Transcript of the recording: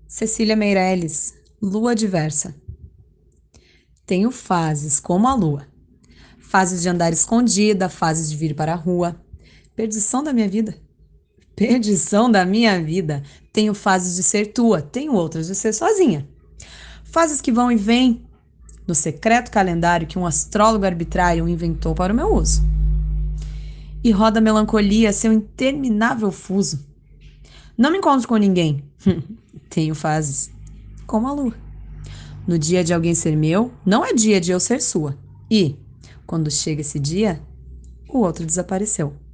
Cecília Meirelles, Lua Diversa. Tenho fases como a lua. Fases de andar escondida, fases de vir para a rua. Perdição da minha vida. Perdição da minha vida. Tenho fases de ser tua, tenho outras de ser sozinha. Fases que vão e vêm no secreto calendário que um astrólogo arbitrário inventou para o meu uso. E roda a melancolia seu interminável fuso. Não me encontro com ninguém. Tenho fases como a lua. No dia de alguém ser meu, não é dia de eu ser sua. E, quando chega esse dia, o outro desapareceu.